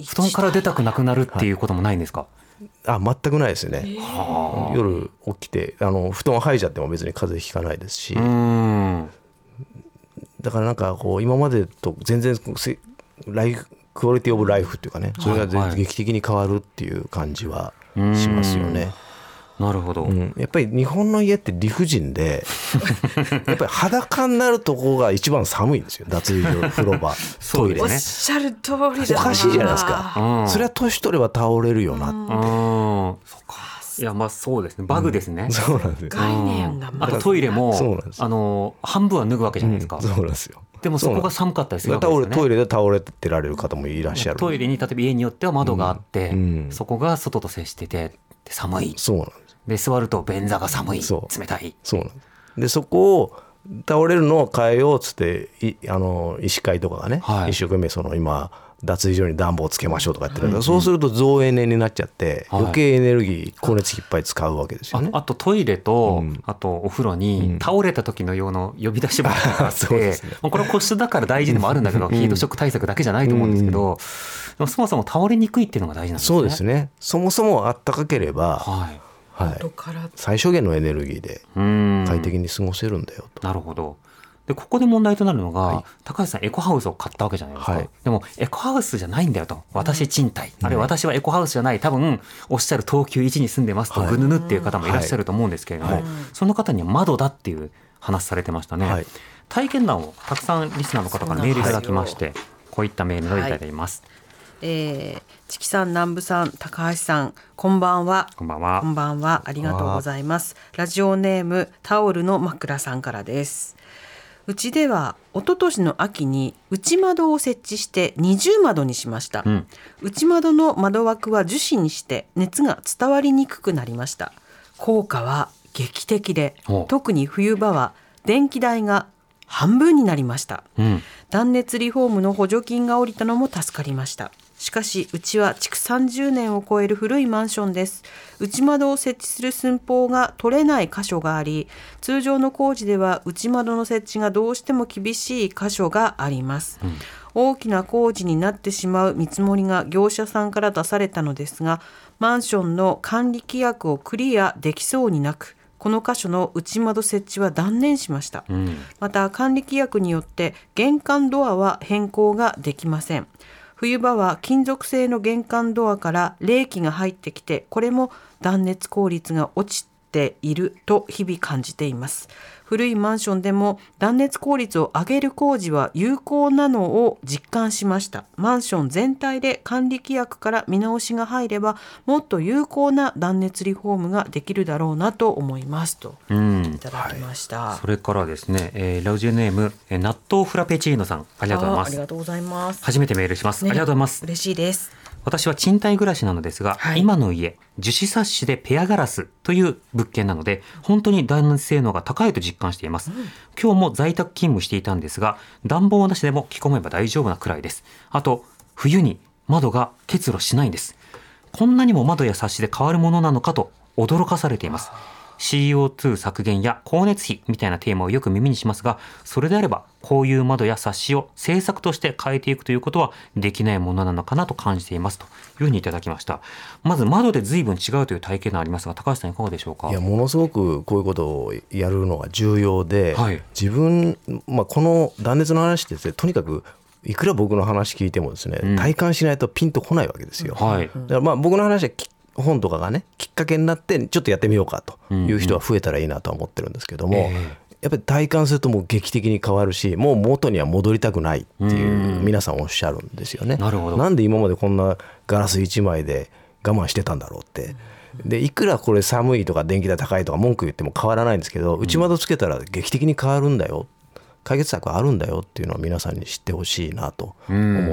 D: 布団から出たくなくなるっていうこともないんですか？
C: あ、全くないですね。夜起きてあの布団吐いちゃっても別に風邪ひかないですし、うーん、だからなんかこう今までと全然ライフクオリティオブライフっていうかね、それが劇的に変わるっていう感じはしますよね。
D: なるほど、
C: うん、やっぱり日本の家って理不尽でやっぱり裸になるとこが一番寒いんですよ。脱衣所、風呂場、トイレね。
B: おっしゃる通りだ。
C: おかしいじゃないですか、うん、それは年取れば倒れるよなって、うん、
D: そうか。いや、まあそうですね、バグですね、うん、
C: そうなんですよ。
B: 概念がま
D: ず、あとトイレもあの半分は脱ぐわけじゃないですか、
C: うん、そうなんですよ。
D: でもそこが寒かったりするわけですよね。
C: トイレで倒れてられる方もいらっしゃる。
D: トイレに例えば家によっては窓があって、うん、そこが外と接してて寒い。
C: そうなんです。
D: で座ると便座が寒い、冷たい。
C: そうなんです。でそこを倒れるのを変えようっつっていあの医師会とかがね、はい、一生懸命その今脱衣所に暖房をつけましょうとか言ってるんだけど、うん、そうすると増エネになっちゃって余計エネルギー、はい、光熱費いっぱい使うわけですよね。
D: あ, あとトイレと、うん、あとお風呂に倒れた時の用の呼び出しボタンがあって、うんね、これは個室だから大事でもあるんだけど、うん、ヒートショック対策だけじゃないと思うんですけど、うん、でもそもそも倒れにくいっていうのが大事なんですね。
C: そうですね。そもそもあったかければ、はいはい、最小限のエネルギーで快適に過ごせるんだよと。
D: なるほど。でここで問題となるのが、はい、高橋さんエコハウスを買ったわけじゃないですか、はい、でもエコハウスじゃないんだよと、私賃貸、うん、あるいは私はエコハウスじゃない、多分おっしゃる東急いちに住んでますと、はい、ぐぬぬっていう方もいらっしゃると思うんですけれども、はい、その方には窓だっていう話されてましたね、はい、体験談をたくさんリスナーの方からメールいただきまして、こういったメールをいただいています。はい、
B: えー、チキさん、南部さん、高橋さん、こんばんは。
D: こんばんは。
B: こんばんは。ありがとうございます。ラジオネームタオルの枕さんからです。うちでは一昨年の秋に内窓を設置して二重窓にしました、うん、内窓の窓枠は樹脂にして熱が伝わりにくくなりました。効果は劇的で、特に冬場は電気代が半分になりました、うん、断熱リフォームの補助金が下りたのも助かりました。しかしうちは築さんじゅうねんを超える古いマンションです。内窓を設置する寸法が取れない箇所があり、通常の工事では内窓の設置がどうしても厳しい箇所があります、うん、大きな工事になってしまう見積もりが業者さんから出されたのですが、マンションの管理規約をクリアできそうになく、この箇所の内窓設置は断念しました、うん、また管理規約によって玄関ドアは変更ができません。冬場は金属製の玄関ドアから冷気が入ってきて、これも断熱効率が落ちていると日々感じています。古いマンションでも断熱効率を上げる工事は有効なのを実感しました。マンション全体で管理規約から見直しが入れば、もっと有効な断熱リフォームができるだろうなと思いますといただきました、
D: はい、それからですね、えー、ラジオネーム、えー、納豆フラペチーノさん、ありがとうございます。
B: ありがとうございます。
D: 初めてメールします、ね、ありがとうございます。
B: 嬉しいです。
D: 私は賃貸暮らしなのですが、はい、今の家樹脂サッシでペアガラスという物件なので、本当に断熱性能が高いと実感しています、うん、今日も在宅勤務していたんですが、暖房なしでも着込めば大丈夫なくらいです。あと冬に窓が結露しないんです。こんなにも窓やサッシで変わるものなのかと驚かされています。 シーオーツー 削減や光熱費みたいなテーマをよく耳にしますが、それであればこういう窓やサッシを政策として変えていくということはできないものなのかなと感じていますというふうにいただきました。まず窓で随分違うという体験がありますが、高橋さんいかがでしょうか。
C: いや、ものすごくこういうことをやるのが重要で、はい、自分、まあ、この断熱の話ってですね、とにかくいくら僕の話聞いてもですね、うん、体感しないとピンとこないわけですよ、はい、だからまあ僕の話は本とかがねきっかけになってちょっとやってみようかという人は増えたらいいなとは思ってるんですけども、うんうん、やっぱり体感するともう劇的に変わるし、もう元には戻りたくないっていう皆さんおっしゃるんですよね。
D: なるほど。
C: なんで今までこんなガラスいちまいで我慢してたんだろうって。でいくらこれ寒いとか電気代高いとか文句言っても変わらないんですけど、内窓つけたら劇的に変わるんだよ、解決策あるんだよっていうのは皆さんに知ってほしいなと思って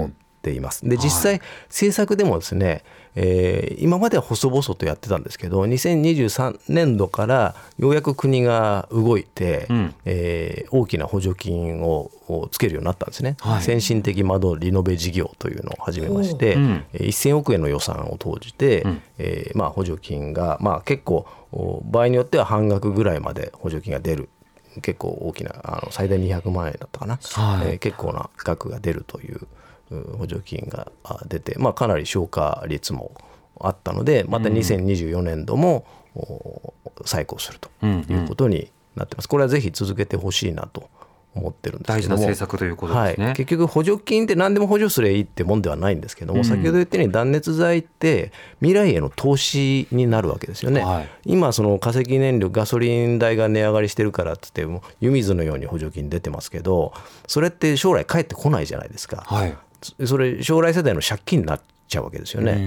C: っています。で実際政策でもですね、えー、今までは細々とやってたんですけどにせんにじゅうさんねんどからようやく国が動いて、うんえー、大きな補助金をつけるようになったんですね、はい、先進的窓リノベ事業というのを始めまして、うん、せんおくえんの予算を投じて、うんえーまあ、補助金が、まあ、結構場合によっては半額ぐらいまで補助金が出る結構大きなあの最大にひゃくまんえんだったかな、はいえー、結構な額が出るという補助金が出て、まあ、かなり消化率もあったのでまたにせんにじゅうよねんども再考するということになってます。これはぜひ続けてほしいなと思ってるんですけども、
D: 大事な政策ということですね、
C: はい、結局補助金って何でも補助すればいいってもんではないんですけども、うん、先ほど言ったように断熱材って未来への投資になるわけですよね、はい、今その化石燃料ガソリン代が値上がりしてるからって言っても湯水のように補助金出てますけどそれって将来返ってこないじゃないですか、はい、それ将来世代の借金になっちゃうわけですよね、うん、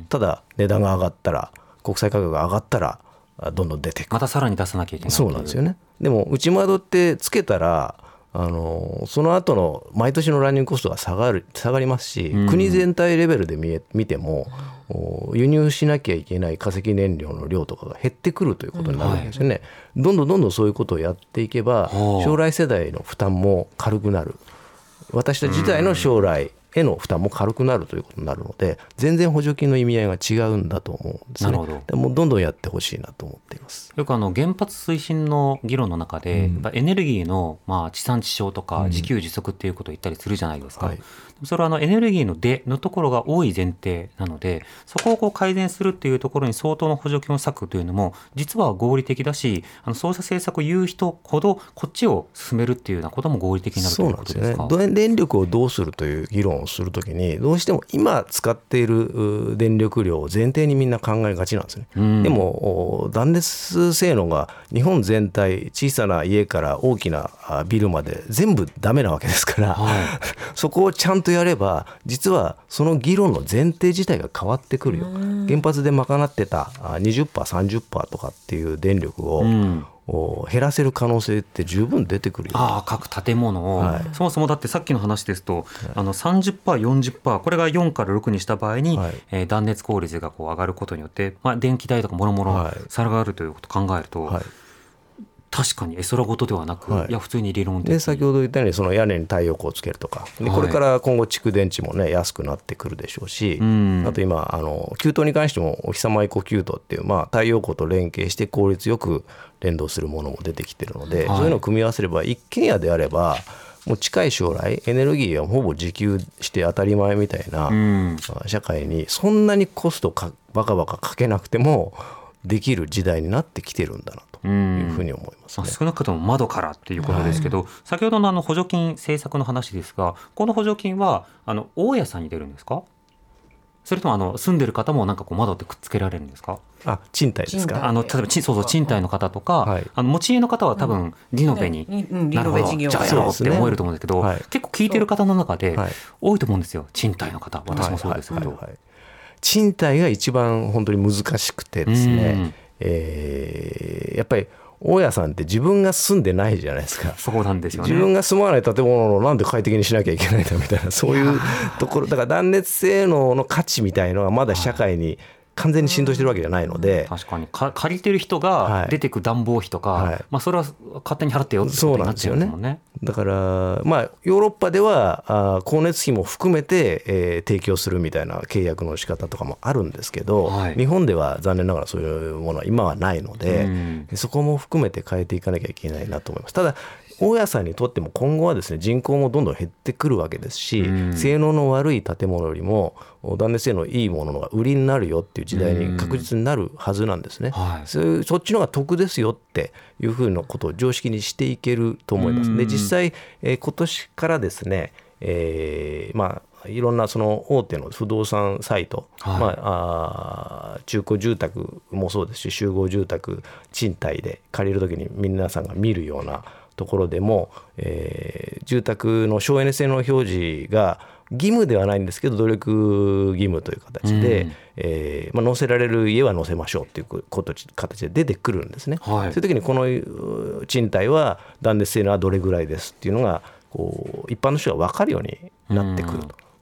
C: ただ値段が上がったら国際価格が上がったらどんどん出ていく
D: またさらに出さなきゃいけない
C: そうなんですよね。でも内窓ってつけたらあのその後の毎年のランニングコストが下がる下がりますし、うん、国全体レベルで 見, え見ても輸入しなきゃいけない化石燃料の量とかが減ってくるということになるわけですよね、うんはい、どんどんどんどんそういうことをやっていけば将来世代の負担も軽くなる私たち自体の将来への負担も軽くなるということになるので全然補助金の意味合いが違うんだと思うんですね。なるほど。でもどんどんやってほしいなと思っています。
D: よくあの原発推進の議論の中で、うん、エネルギーのまあ地産地消とか自給自足っていうことを言ったりするじゃないですか、うんはい、それはあのエネルギーの出のところが多い前提なのでそこをこう改善するっていうところに相当の補助金を割くというのも実は合理的だしあのそうした政策を言う人ほどこっちを進めるっていうようなことも合理的になるということですか。そうなんですね。
C: 電力をどうするという議論をするときにどうしても今使っている電力量を前提にみんな考えがちなんですね、うん、でも断熱性能が日本全体小さな家から大きなビルまで全部ダメなわけですから、はい、そこをちゃんとやれば実はその議論の前提自体が変わってくるよ。原発で賄ってた にじゅっパーセントさんじゅっパーセント とかっていう電力を、うん減らせる可能性って十分出てくるよ。
D: ああ各建物を、はい、そもそもだってさっきの話ですと、はい、あの さんじゅっパーセント、よんじゅっパーセント これがよんからろくにした場合に、はいえー、断熱効率がこう上がることによって、まあ、電気代とかもろもろ下がるということを考えると、はい確かに絵空事ではなく、はい、いや普通に理論的
C: で先ほど言ったようにその屋根に太陽光をつけるとかでこれから今後蓄電池も、ね、安くなってくるでしょうし、はい、あと今あの給湯に関してもお日様エコ給湯っていう、まあ、太陽光と連携して効率よく連動するものも出てきてるので、はい、そういうのを組み合わせれば一軒家であればもう近い将来エネルギーはほぼ自給して当たり前みたいな、うん、社会にそんなにコストかバカバカかけなくてもできる時代になってきてるんだなというふうに思いますね。
D: 少なくとも窓からっていうことですけど、はい、先ほどのあの補助金政策の話ですがこの補助金はあの大家さんに出るんですかそれともあの住んでる方もなんかこう窓ってくっつけられるんですか。
C: あ賃貸ですか。
D: あの例えばちそうそう賃貸の方とか、はい、あの持ち家の方は多分リノベに、うん、なるほどじゃあやろうって思えると思うんですけど、はい、結構聞いてる方の中で多いと思うんですよ賃貸の方私もそうですけど、はいはいはいはい、
C: 賃貸が一番本当に難しくてですね、えー、やっぱり大家さんって自分が住んでないじゃないですか。
D: そうなんですよね。
C: 自分が住まない建物をなんで快適にしなきゃいけないんだみたいなそういうところだから断熱性能の価値みたいのがまだ社会に完全に浸透してるわけじゃないので、
D: 確かにか借りてる人が出てく暖房費とか、はいまあ、それは勝手に払ってよってことになっちゃうんですもんね。
C: だから、まあ、ヨーロッパではあ光熱費も含めて、えー、提供するみたいな契約の仕方とかもあるんですけど、はい、日本では残念ながらそういうものは今はないので、うん、そこも含めて変えていかなきゃいけないなと思います。ただ大家さんにとっても今後はですね人口もどんどん減ってくるわけですし、うん、性能の悪い建物よりも断熱性能いいものが売りになるよっていう時代に確実になるはずなんですね、うんはい、そういうそっちの方が得ですよっていうふうなことを常識にしていけると思います。で実際、えー、今年からですね、えー、まあいろんなその大手の不動産サイト、はいまあ、あ中古住宅もそうですし集合住宅賃貸で借りるときに皆さんが見るようなところでも、えー、住宅の省エネ性能表示が義務ではないんですけど努力義務という形で、うんえーまあ、載せられる家は載せましょうということ形で出てくるんですね、はい、そういう時にこの賃貸は断熱性能はどれぐらいですっていうのがこう一般の人が分かるようになってくると。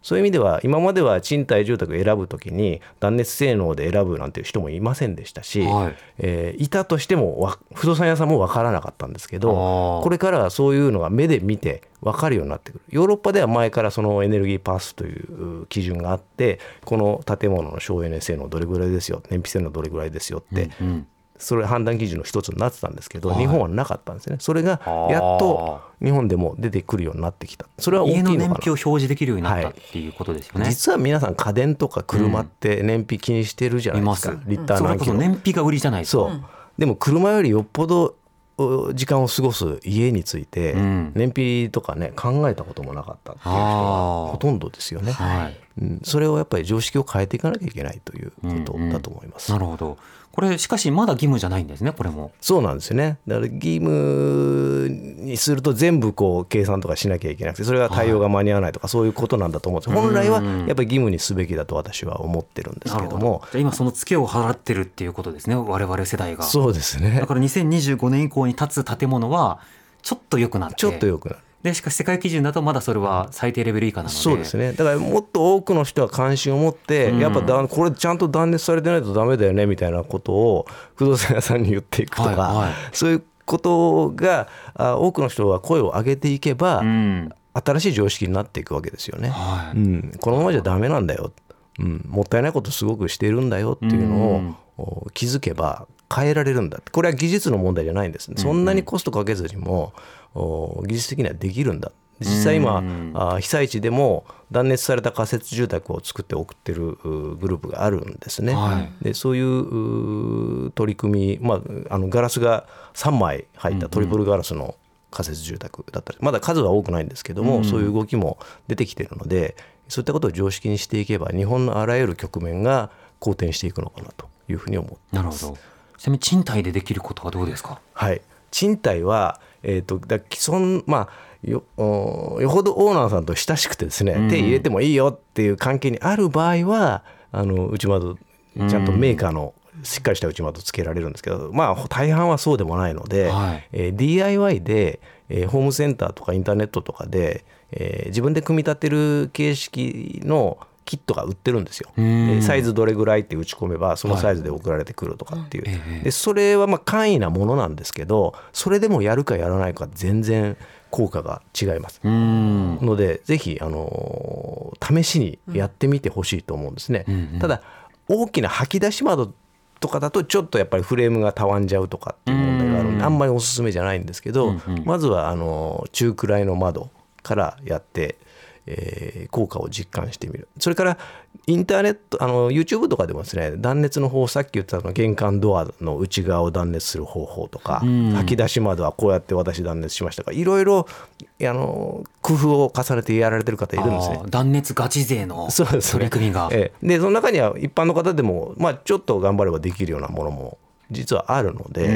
C: そういう意味では今までは賃貸住宅を選ぶときに断熱性能で選ぶなんていう人もいませんでしたし、はい、えー、いたとしても不動産屋さんも分からなかったんですけど、これからはそういうのが目で見て分かるようになってくる。ヨーロッパでは前からそのエネルギーパスという基準があって、この建物の省エネ性能どれぐらいですよ、燃費性能どれぐらいですよって、うんうん、それ判断基準の一つになってたんですけど、はい、日本はなかったんですね。それがやっと日本でも出てくるようになってきた。それは大きいのかな。
D: 家の燃費を表示できるようになったっていうことですよね、
C: はい、実は皆さん家電とか車って燃費気にしてるじゃないですか、うん、リッター何キロ、
D: それこそ燃費が売りじゃないですか。
C: そう、うん、でも車よりよっぽど時間を過ごす家について、うん、燃費とかね考えたこともなかったっていう人がほとんどですよね、はい、うん、それをやっぱり常識を変えていかなきゃいけないということだと思います、
D: うんうん、なるほど。これしかしまだ義務じゃないんですね。これも
C: そうなんですよね。だから義務にすると全部こう計算とかしなきゃいけなくて、それが対応が間に合わないとかそういうことなんだと思うんです。本来はやっぱり義務にすべきだと私は思ってるんですけども、
D: じゃあ今そのツケを払ってるっていうことですね、我々世代が。
C: そうですね。
D: だからにせんにじゅうごねん以降に建つ建物はちょっと良くなって、
C: ちょっと良くなる。
D: でしかし世界基準だとまだそれは最低レベル以下なので、
C: そうですね。だからもっと多くの人は関心を持って、うん、やっぱだこれちゃんと断熱されてないとダメだよねみたいなことを不動産屋さんに言っていくとか、はいはい、そういうことが多くの人が声を上げていけば、うん、新しい常識になっていくわけですよね、はい、うん、このままじゃダメなんだよ、うん、もったいないことすごくしているんだよっていうのを気づけば変えられるんだ。これは技術の問題じゃないんです、ね、そんなにコストかけずにも技術的にはできるんだ。実際今、あ被災地でも断熱された仮設住宅を作って送ってるグループがあるんですね、はい、でそういう取り組み、まあ、あのガラスがさんまい入ったトリプルガラスの仮設住宅だったり、まだ数は多くないんですけども、うん、そういう動きも出てきているので、そういったことを常識にしていけば日本のあらゆる局面が好転していくのかなというふうに思っています。
D: なるほど。ちなみに賃貸でできることはどうですか。
C: はい、賃貸は、えーと、だ既存、まあ、よ, よほどオーナーさんと親しくてですね、うん、手入れてもいいよっていう関係にある場合はあの内窓ちゃんとメーカーのしっかりした内窓つけられるんですけど、まあ大半はそうでもないので、はい、えー、ディーアイワイ で、えー、ホームセンターとかインターネットとかで、えー、自分で組み立てる形式のキットが売ってるんですよ。でサイズどれぐらいって打ち込めばそのサイズで送られてくるとかっていう、はい、でそれはまあ簡易なものなんですけど、それでもやるかやらないか全然効果が違いますので、ぜひあの試しにやってみてほしいと思うんですね、うんうん、ただ大きな吐き出し窓とかだとちょっとやっぱりフレームがたわんじゃうとかっていう問題があるのであんまりおすすめじゃないんですけど、うんうん、まずはあの中くらいの窓からやってえー、効果を実感してみる。それからインターネットあの YouTube とかでもですね、断熱の方、さっき言ったの玄関ドアの内側を断熱する方法とか、吐き出し窓はこうやって私断熱しましたか、いろいろあの工夫を重ねてやられてる方いるんですね。
D: 断熱ガチ勢の取り組みが、
C: そうですね、えー、でその中には一般の方でも、まあ、ちょっと頑張ればできるようなものも実はあるので、うん、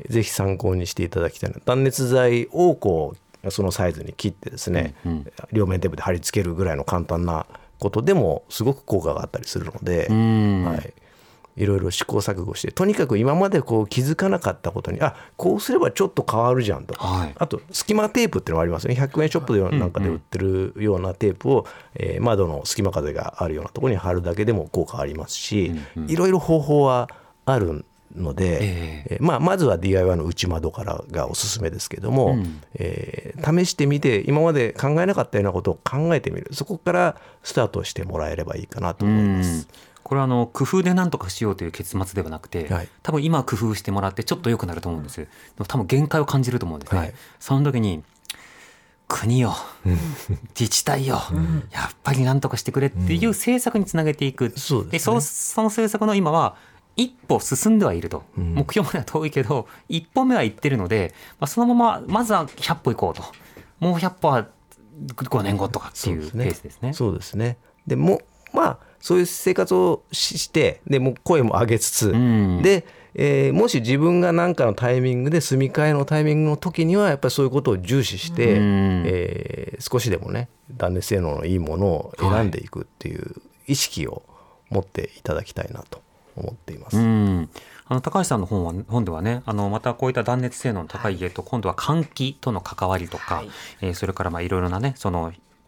C: ぜひ参考にしていただきたいな。断熱材をこうそのサイズに切ってですね、うんうん、両面テープで貼り付けるぐらいの簡単なことでもすごく効果があったりするので、はい、いろいろ試行錯誤して、とにかく今までこう気づかなかったことに、あこうすればちょっと変わるじゃんとか、はい、あと隙間テープっていうのもありますね。ひゃくえんショップでなんかで売ってるようなテープを、えー、窓の隙間風があるようなところに貼るだけでも効果ありますし、うんうん、いろいろ方法はあるんので、えーえーまあ、まずは ディーアイワイ の内窓からがおすすめですけども、うんえー、試してみて今まで考えなかったようなことを考えてみる、そこからスタートしてもらえればいいかなと思います。うん、
D: これはあの工夫で何とかしようという結末ではなくて、はい、多分今工夫してもらってちょっと良くなると思うんです。でも多分限界を感じると思うんですね、はい、その時に国よ自治体よ、うん、やっぱり何とかしてくれっていう政策につなげていく、うん、そうですね、で そ, その政策の今は一歩進んではいると、うん、目標までは遠いけど一歩目は行ってるので、まあ、そのまままずはひゃっぽ行こうと、もうひゃっぽはごねんごとかっていうペースですね。
C: そうですね。でもまあそういう生活をしてでも声も上げつつ、うん、で、えー、もし自分が何かのタイミングで住み替えのタイミングの時にはやっぱりそういうことを重視して、うんえー、少しでもね断熱性能のいいものを選んでいくっていう意識を持っていただきたいなと思っています。
D: うん、あの高橋さんの 本, は本ではね、あのまたこういった断熱性能の高い家と今度は換気との関わりとか、はいえー、それからまあいろいろなねその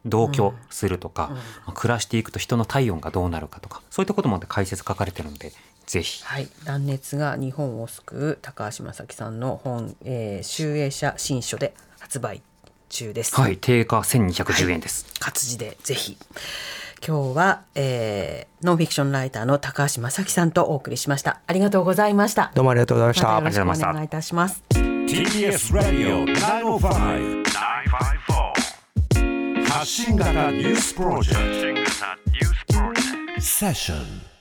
D: 同居するとか、
B: うんうん
D: まあ、暮らしていくと人の体温がどうなるかとか、そういったことも解説書かれてるので、ぜひ。
B: はい、断熱が日本を救う高橋正樹さんの本、えー、集英社新書で発売中です。
D: はい、定価せんにひゃくじゅうえんです。
B: はい、活字でぜひ。今日は、えー、ノンフィクションライターの高橋正樹さんとお送りしました。ありがとうございました。
C: どうもありがとうございました。
B: またよろしくお願いいたします。
A: ティービーエス Radio きゅうまるご、きゅうごよん発信型ニュースプロジェクトセッション